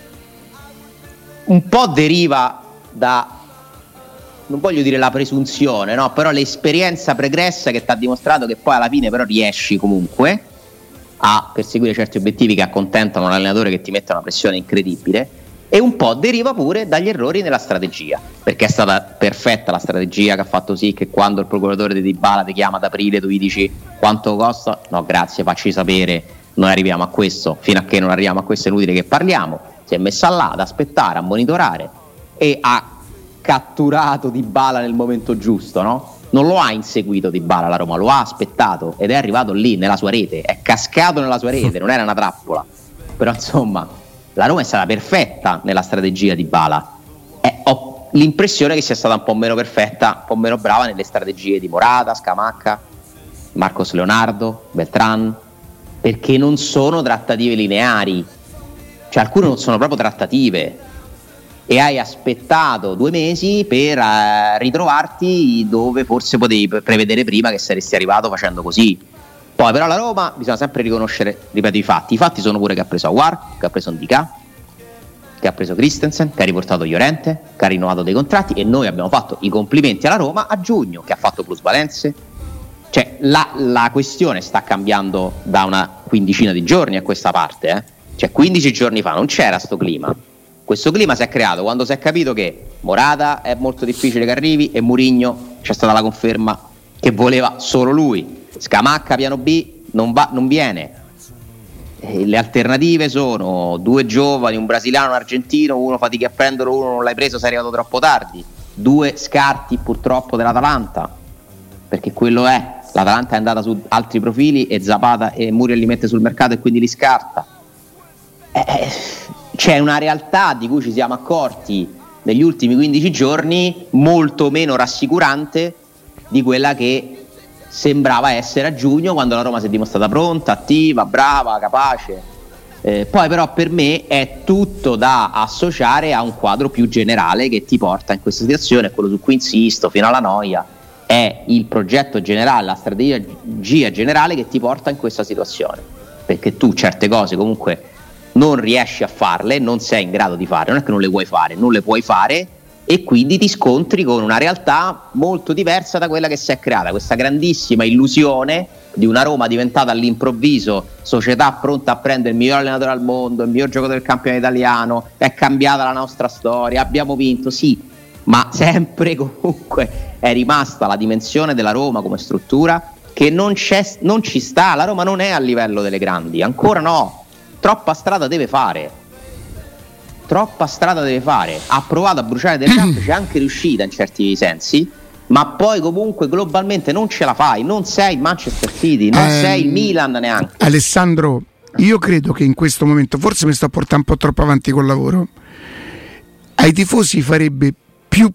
un po' deriva da, non voglio dire la presunzione, no, però l'esperienza pregressa che ti ha dimostrato che poi alla fine però riesci comunque a perseguire certi obiettivi che accontentano l'allenatore che ti mette una pressione incredibile, e un po' deriva pure dagli errori nella strategia, perché è stata perfetta la strategia che ha fatto sì che quando il procuratore di Dybala ti chiama ad aprile tu gli dici quanto costa, no grazie, facci sapere, noi arriviamo a questo, fino a che non arriviamo a questo è inutile che parliamo. Si è messa là ad aspettare, a monitorare, e ha catturato Dybala nel momento giusto, no? Non lo ha inseguito Dybala la Roma, lo ha aspettato ed è arrivato lì nella sua rete, è cascato nella sua rete, non era una trappola. Però insomma la Roma è stata perfetta nella strategia di Dybala, ho l'impressione che sia stata un po' meno perfetta, un po' meno brava nelle strategie di Morata, Scamacca, Marcos Leonardo, Beltran, perché non sono trattative lineari, cioè alcune non sono proprio trattative, e hai aspettato 2 mesi per ritrovarti dove forse potevi prevedere prima che saresti arrivato facendo così. Poi però la Roma bisogna sempre riconoscere, ripeto, i fatti sono pure che ha preso Aouar, che ha preso Ndicà, che ha preso Christensen, che ha riportato Llorente, che ha rinnovato dei contratti, e noi abbiamo fatto i complimenti alla Roma a giugno, che ha fatto plusvalenze. Cioè la questione sta cambiando da una quindicina di giorni a questa parte, Cioè 15 giorni fa non c'era sto clima. Questo clima si è creato quando si è capito che Morata è molto difficile che arrivi e Mourinho c'è stata la conferma che voleva solo lui. Scamacca piano B non viene. Le alternative sono 2 giovani, un brasiliano, un argentino, uno fatichi a prenderlo, uno non l'hai preso, sei arrivato troppo tardi, 2 scarti purtroppo dell'Atalanta, perché quello è, l'Atalanta è andata su altri profili e Zapata e Muriel li mette sul mercato e quindi li scarta. C'è una realtà di cui ci siamo accorti negli ultimi 15 giorni molto meno rassicurante di quella che sembrava essere a giugno, quando la Roma si è dimostrata pronta, attiva, brava, capace. Poi però per me è tutto da associare a un quadro più generale che ti porta in questa situazione, quello su cui insisto fino alla noia, è il progetto generale, la strategia generale che ti porta in questa situazione, perché tu certe cose comunque non riesci a farle, non sei in grado di fare, non è che non le vuoi fare, non le puoi fare, e quindi ti scontri con una realtà molto diversa da quella che si è creata, questa grandissima illusione di una Roma diventata all'improvviso società pronta a prendere il miglior allenatore al mondo, il miglior giocatore del campionato italiano, è cambiata la nostra storia, abbiamo vinto, sì, ma sempre comunque è rimasta la dimensione della Roma come struttura che non ci sta, la Roma non è a livello delle grandi, ancora no, troppa strada deve fare, ha provato a bruciare delle tappe, c'è anche riuscita in certi sensi, ma poi comunque globalmente non ce la fai, non sei il Manchester City, non sei il Milan neanche. Alessandro, io credo che in questo momento, forse mi sto portando un po' troppo avanti col lavoro, ai tifosi farebbe più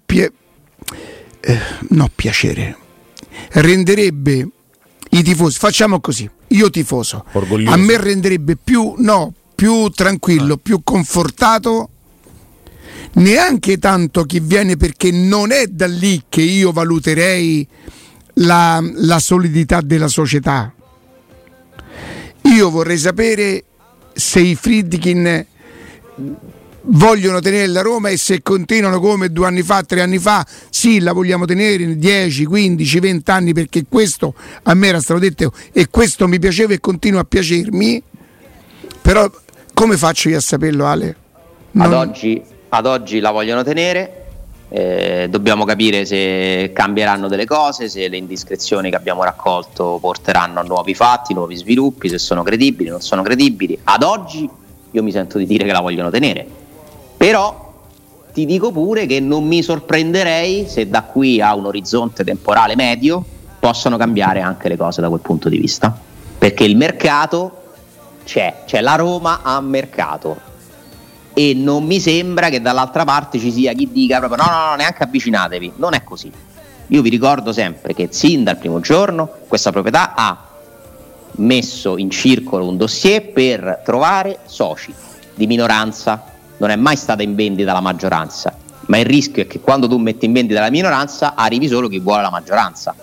piacere, renderebbe i tifosi, facciamo così, io tifoso, orgoglioso. A me renderebbe più tranquillo, più confortato, neanche tanto chi viene, perché non è da lì che io valuterei la solidità della società. Io vorrei sapere se i Friedkin vogliono tenere la Roma e se continuano come 2 anni fa, 3 anni fa, sì, la vogliamo tenere 10, 15, 20 anni, perché questo a me era stato detto e questo mi piaceva e continua a piacermi. Però come faccio io a saperlo, Ale? Ad oggi la vogliono tenere, dobbiamo capire se cambieranno delle cose, se le indiscrezioni che abbiamo raccolto porteranno a nuovi fatti, nuovi sviluppi, se sono credibili, non sono credibili. Ad oggi io mi sento di dire che la vogliono tenere, però ti dico pure che non mi sorprenderei se da qui a un orizzonte temporale medio possano cambiare anche le cose da quel punto di vista, perché il mercato c'è la Roma ha mercato. E non mi sembra che dall'altra parte ci sia chi dica proprio no, neanche avvicinatevi, non è così. Io vi ricordo sempre che sin dal primo giorno questa proprietà ha messo in circolo un dossier per trovare soci di minoranza, non è mai stata in vendita la maggioranza, ma il rischio è che quando tu metti in vendita la minoranza arrivi solo chi vuole la maggioranza,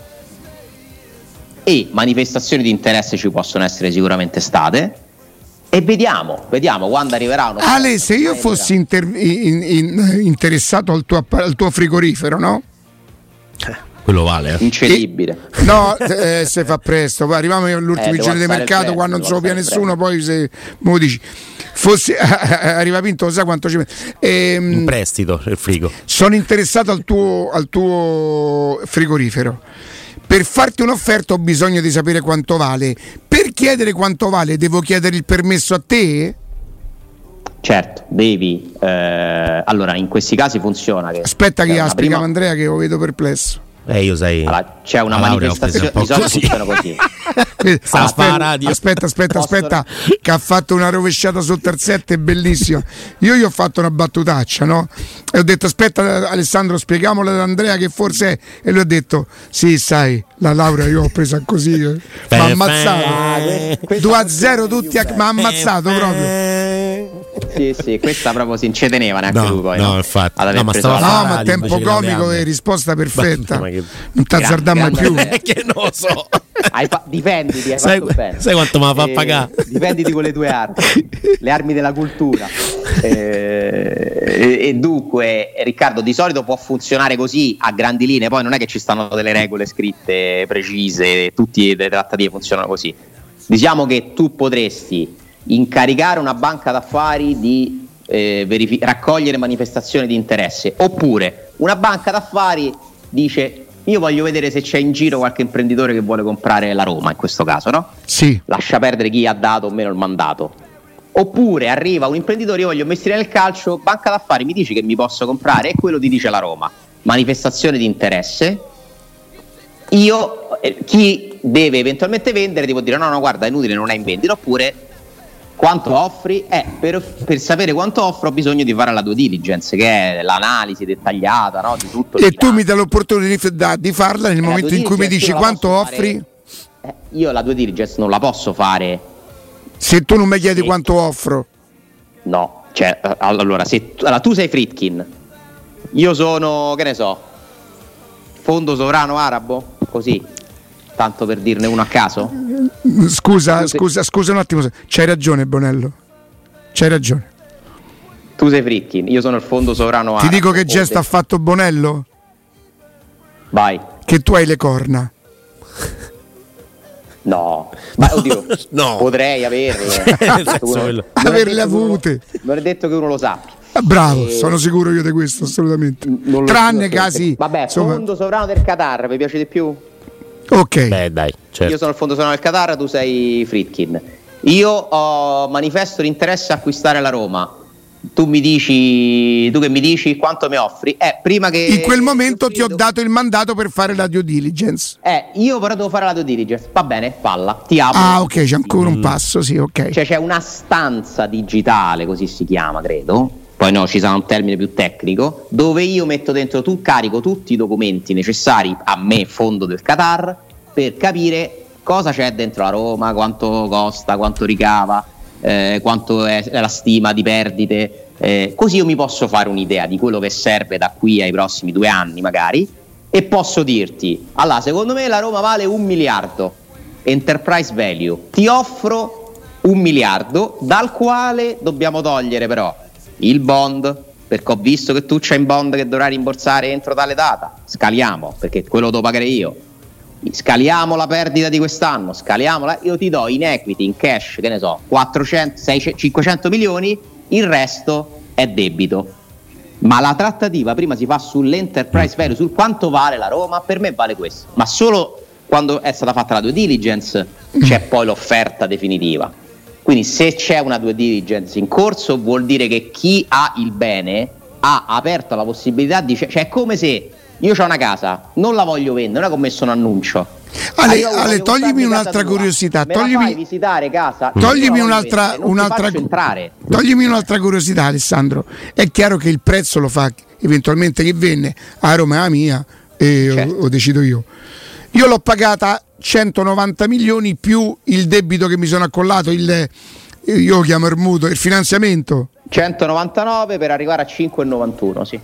e manifestazioni di interesse ci possono essere sicuramente state. E vediamo quando arriverà una. Ale, se io fossi interessato al tuo frigorifero, no? Quello vale. Incredibile. No, se fa presto. Poi arriviamo all'ultimo giorno di mercato, quando non se lo pia nessuno, poi se me lo dici. Arriva Pinto, lo sa quanto ci mette. In prestito il frigo. Sono interessato al tuo frigorifero. Per farti un'offerta ho bisogno di sapere quanto vale. Per chiedere quanto vale devo chiedere il permesso a te? Certo, devi. Allora, in questi casi funziona che. Aspetta che spiegava Andrea, che lo vedo perplesso. Io sai. Allora, c'è una manifestazione. Di solito funziona così. Aspetta, che ha fatto una rovesciata sul terzetto, è bellissima. Io gli ho fatto una battutaccia, no? E ho detto aspetta Alessandro, spiegamolo ad Andrea che forse è. E lui ha detto sì, sai, la laurea io ho presa così, mi ha ammazzato 2-0 tutti, mi ha ammazzato proprio. Sì, questa proprio si inceteneva neanche lui poi. No, infatti. Ma tempo comico e risposta perfetta. Non t'azzardare mai più. Che non lo so. Difenditi, hai sai, fatto bene. Sai quanto me la fa pagare? Difenditi con le tue armi, le armi della cultura. E dunque, Riccardo, di solito può funzionare così a grandi linee, poi non è che ci stanno delle regole scritte precise, tutte le trattative funzionano così. Diciamo che tu potresti incaricare una banca d'affari di raccogliere manifestazioni di interesse, oppure una banca d'affari dice io voglio vedere se c'è in giro qualche imprenditore che vuole comprare la Roma, in questo caso, no? Sì. Lascia perdere chi ha dato o meno il mandato. Oppure arriva un imprenditore, io voglio investire nel calcio, banca d'affari mi dici che mi posso comprare, e quello ti dice la Roma, manifestazione di interesse. Io chi deve eventualmente vendere devo dire no guarda, è inutile, non è in vendita, oppure Quanto offri? Per sapere quanto offro ho bisogno di fare la due diligence, che è l'analisi dettagliata, no, di tutto. E tu mi dai l'opportunità di farla nel momento in cui mi dici quanto offri? Io la due diligence non la posso fare se tu non mi chiedi quanto offro. No, cioè, allora, tu sei Friedkin, io sono, che ne so, Fondo Sovrano Arabo, così, tanto per dirne uno a caso. Scusa un attimo, c'hai ragione Bonello, c'hai ragione. Tu sei Friedkin, io sono il Fondo Sovrano Arabo. Ti dico che gesto ha fatto Bonello? Vai. Che tu hai le corna. No, ma oddio, no. Potrei averle. Averle avute. Non è detto che uno lo sa. Bravo, sono sicuro io di questo, assolutamente. Tranne casi. Vabbè, insomma... Fondo Sovrano del Qatar, vi piace di più? Ok. Beh, dai, certo. Io sono il Fondo Sovrano del Qatar, tu sei Friedkin. Io ho manifesto l'interesse a acquistare la Roma. Tu che mi dici quanto mi offri? Prima che in quel momento ti ho dato il mandato per fare la due diligence. Io però devo fare la due diligence. Va bene, falla, ti apro. Ah, ok, c'è ancora un passo, sì, ok. Cioè c'è una stanza digitale, così si chiama, credo. Poi no, ci sarà un termine più tecnico, dove io metto dentro, carico tutti i documenti necessari a me, Fondo del Qatar, per capire cosa c'è dentro la Roma, quanto costa, quanto ricava, quanto è la stima di perdite, così io mi posso fare un'idea di quello che serve da qui ai prossimi 2 anni magari, e posso dirti, allora secondo me la Roma vale 1 miliardo, enterprise value, ti offro 1 miliardo, dal quale dobbiamo togliere però il bond, perché ho visto che tu c'hai un bond che dovrai rimborsare entro tale data, scaliamo, perché quello lo pagherei io, scaliamo la perdita di quest'anno, scaliamola, io ti do in equity, in cash, che ne so, 500 milioni, il resto è debito. Ma la trattativa prima si fa sull'enterprise value, sul quanto vale la Roma. Per me vale questo, ma solo quando è stata fatta la due diligence c'è poi l'offerta definitiva. Quindi se c'è una due diligence in corso vuol dire che chi ha il bene ha aperto la possibilità di, cioè è come se io ho una casa, non la voglio vendere, non è che ho messo un annuncio. Ale, toglimi un'altra curiosità. Fai visitare casa. Toglimi un'altra curiosità, Alessandro. È chiaro che il prezzo lo fa eventualmente chi venne a Roma è la mia e certo. Lo decido io. Io l'ho pagata 190 milioni più il debito che mi sono accollato, io lo chiamo il mutuo, il finanziamento. 199 per arrivare a 5,91, sì.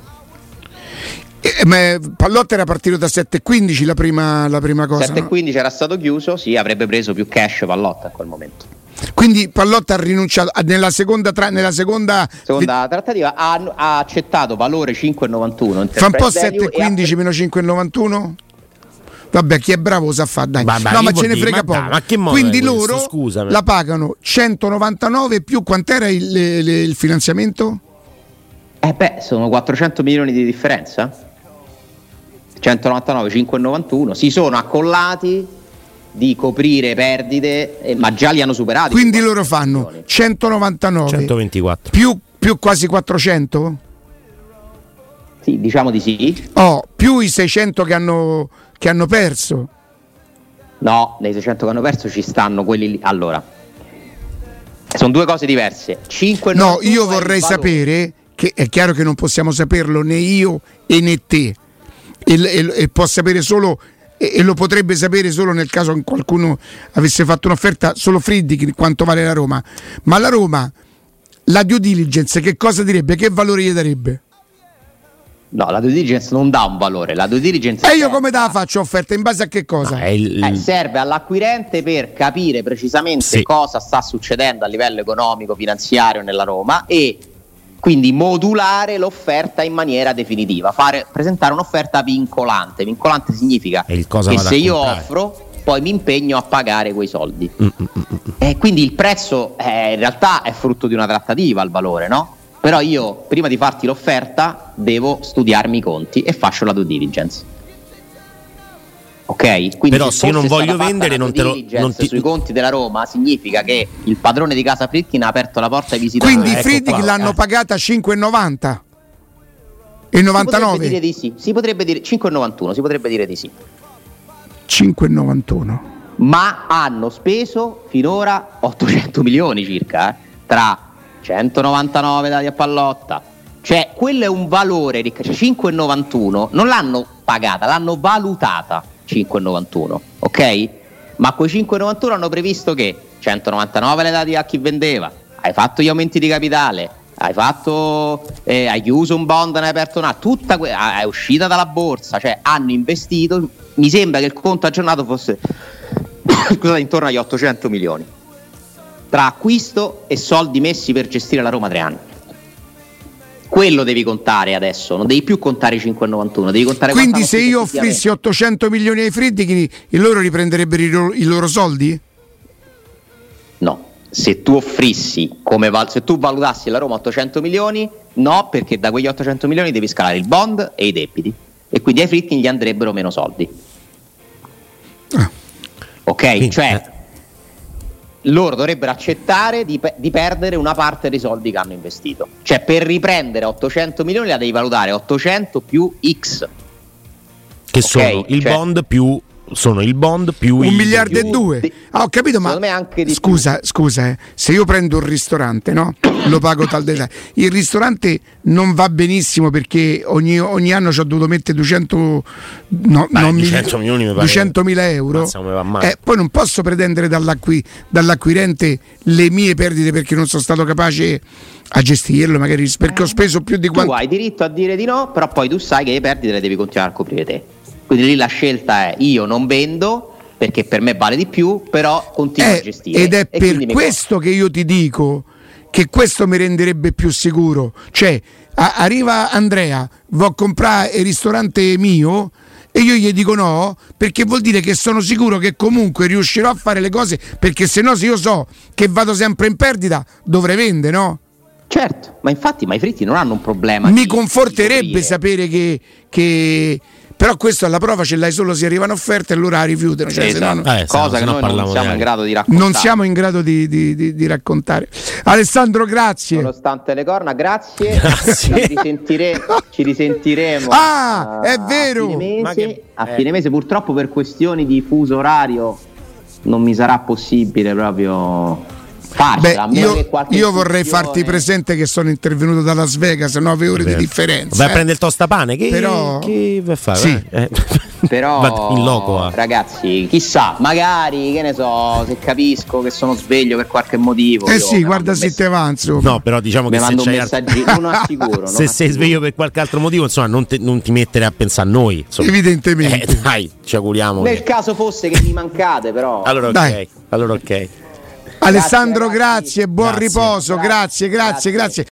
Pallotta era partito da 7,15 la prima cosa. 7,15 no? Era stato chiuso, sì, avrebbe preso più cash Pallotta a quel momento. Quindi Pallotta ha rinunciato nella seconda trattativa, ha accettato valore 5,91. Fa un po' 7,15 meno 5,91? Vabbè, chi è bravo sa fare, dai. Ma ce ne frega poco. Quindi loro la pagano 199 più quant'era il finanziamento? Sono 400 milioni di differenza. 199, 5,91. Si sono accollati di coprire perdite, ma già li hanno superati. Quindi loro fanno 199 124 più quasi 400? Sì, diciamo di sì. Più i 600 che hanno perso. No, nei 600 che hanno perso ci stanno quelli lì. Allora, sono due cose diverse. 5,91. No, io vorrei sapere, che è chiaro che non possiamo saperlo né io e né te, e può sapere solo, e lo potrebbe sapere solo nel caso che qualcuno avesse fatto un'offerta, solo Friedrich, quanto vale la Roma. Ma la Roma, la due diligence, che cosa direbbe? Che valore gli darebbe? No, la due diligence non dà un valore, la due diligence io come la faccio offerta? In base a che cosa? Serve all'acquirente per capire precisamente cosa sta succedendo a livello economico, finanziario nella Roma, e quindi modulare l'offerta in maniera definitiva, presentare un'offerta vincolante. Vincolante significa che se io offro, poi mi impegno a pagare quei soldi. E quindi il prezzo in realtà è frutto di una trattativa, il valore, no? Però io, prima di farti l'offerta, devo studiarmi i conti e faccio la due diligence. Ok? Quindi però se io non voglio vendere, sui conti della Roma significa che il padrone di casa Friedkin ha aperto la porta ai visitatori. Quindi Friedrich l'hanno pagata 5,90 e 99. Si potrebbe dire 5,91, si potrebbe dire di sì. 5,91. ma hanno speso finora 800 milioni circa, tra 199 dati a Pallotta, cioè quello è un valore, cioè 5,91 non l'hanno pagata, l'hanno valutata 5,91, ok? Ma quei 5,91 hanno previsto che 199 le dati a chi vendeva, hai fatto gli aumenti di capitale, hai chiuso un bond, ne hai aperto una, è uscita dalla borsa, cioè hanno investito, mi sembra che il conto aggiornato fosse scusate, intorno agli 800 milioni tra acquisto e soldi messi per gestire la Roma 3 anni. Quello devi contare adesso, non devi più contare i 5,91, devi contare. Quindi se io offrissi 800 milioni ai Friedkin, loro riprenderebbero i loro soldi? No, se tu offrissi se tu valutassi la Roma 800 milioni, no, perché da quegli 800 milioni devi scalare il bond e i debiti, e quindi ai Friedkin gli andrebbero meno soldi. Ok, quindi, cioè loro dovrebbero accettare di perdere una parte dei soldi che hanno investito. Cioè per riprendere 800 milioni la devi valutare 800 più X, che sono il bond più $1,2 miliardi. Ho capito, ma scusa, se io prendo un ristorante, no? Lo pago tal dettaglio. Il ristorante non va benissimo perché ogni anno ci ho dovuto mettere 200.000 euro. Poi non posso pretendere dall'acquirente le mie perdite perché non sono stato capace a gestirlo, magari perché ho speso più di quanto. Tu hai diritto a dire di no, però poi tu sai che le perdite le devi continuare a coprire te. Quindi lì la scelta è: io non vendo perché per me vale di più, però continuo a gestire. Ed è per questo che io ti dico che questo mi renderebbe più sicuro. Cioè arriva Andrea, va a comprare il ristorante mio e io gli dico no, perché vuol dire che sono sicuro che comunque riuscirò a fare le cose, perché se no, se io so che vado sempre in perdita, dovrei vendere, no? Certo, ma infatti i Fritti non hanno un problema. Mi conforterebbe sapere che però questo alla prova ce l'hai solo se arrivano offerte e allora la rifiutano, cioè, esatto. Cosa che noi non siamo in grado di raccontare. Non siamo in grado di raccontare. Alessandro, grazie. Nonostante le corna, grazie. Ci risentiremo. È vero. A fine mese, purtroppo per questioni di fuso orario non mi sarà possibile proprio farcela. Io vorrei farti presente che sono intervenuto da Las Vegas, 9 ore di differenza. Vai a prendere il tostapane, che vai a fare? Sì. Però in loco, ragazzi, chissà, magari, che ne so, se capisco che sono sveglio per qualche motivo. Guarda se te va, insomma. No, però diciamo che se c'hai non assicuro. Se sei sveglio per qualche altro motivo, insomma, non ti mettere a pensare a noi, insomma. Evidentemente. Dai, ci auguriamo. Nel caso fosse che mi mancate, però. Allora ok. Alessandro, grazie, buon riposo, grazie.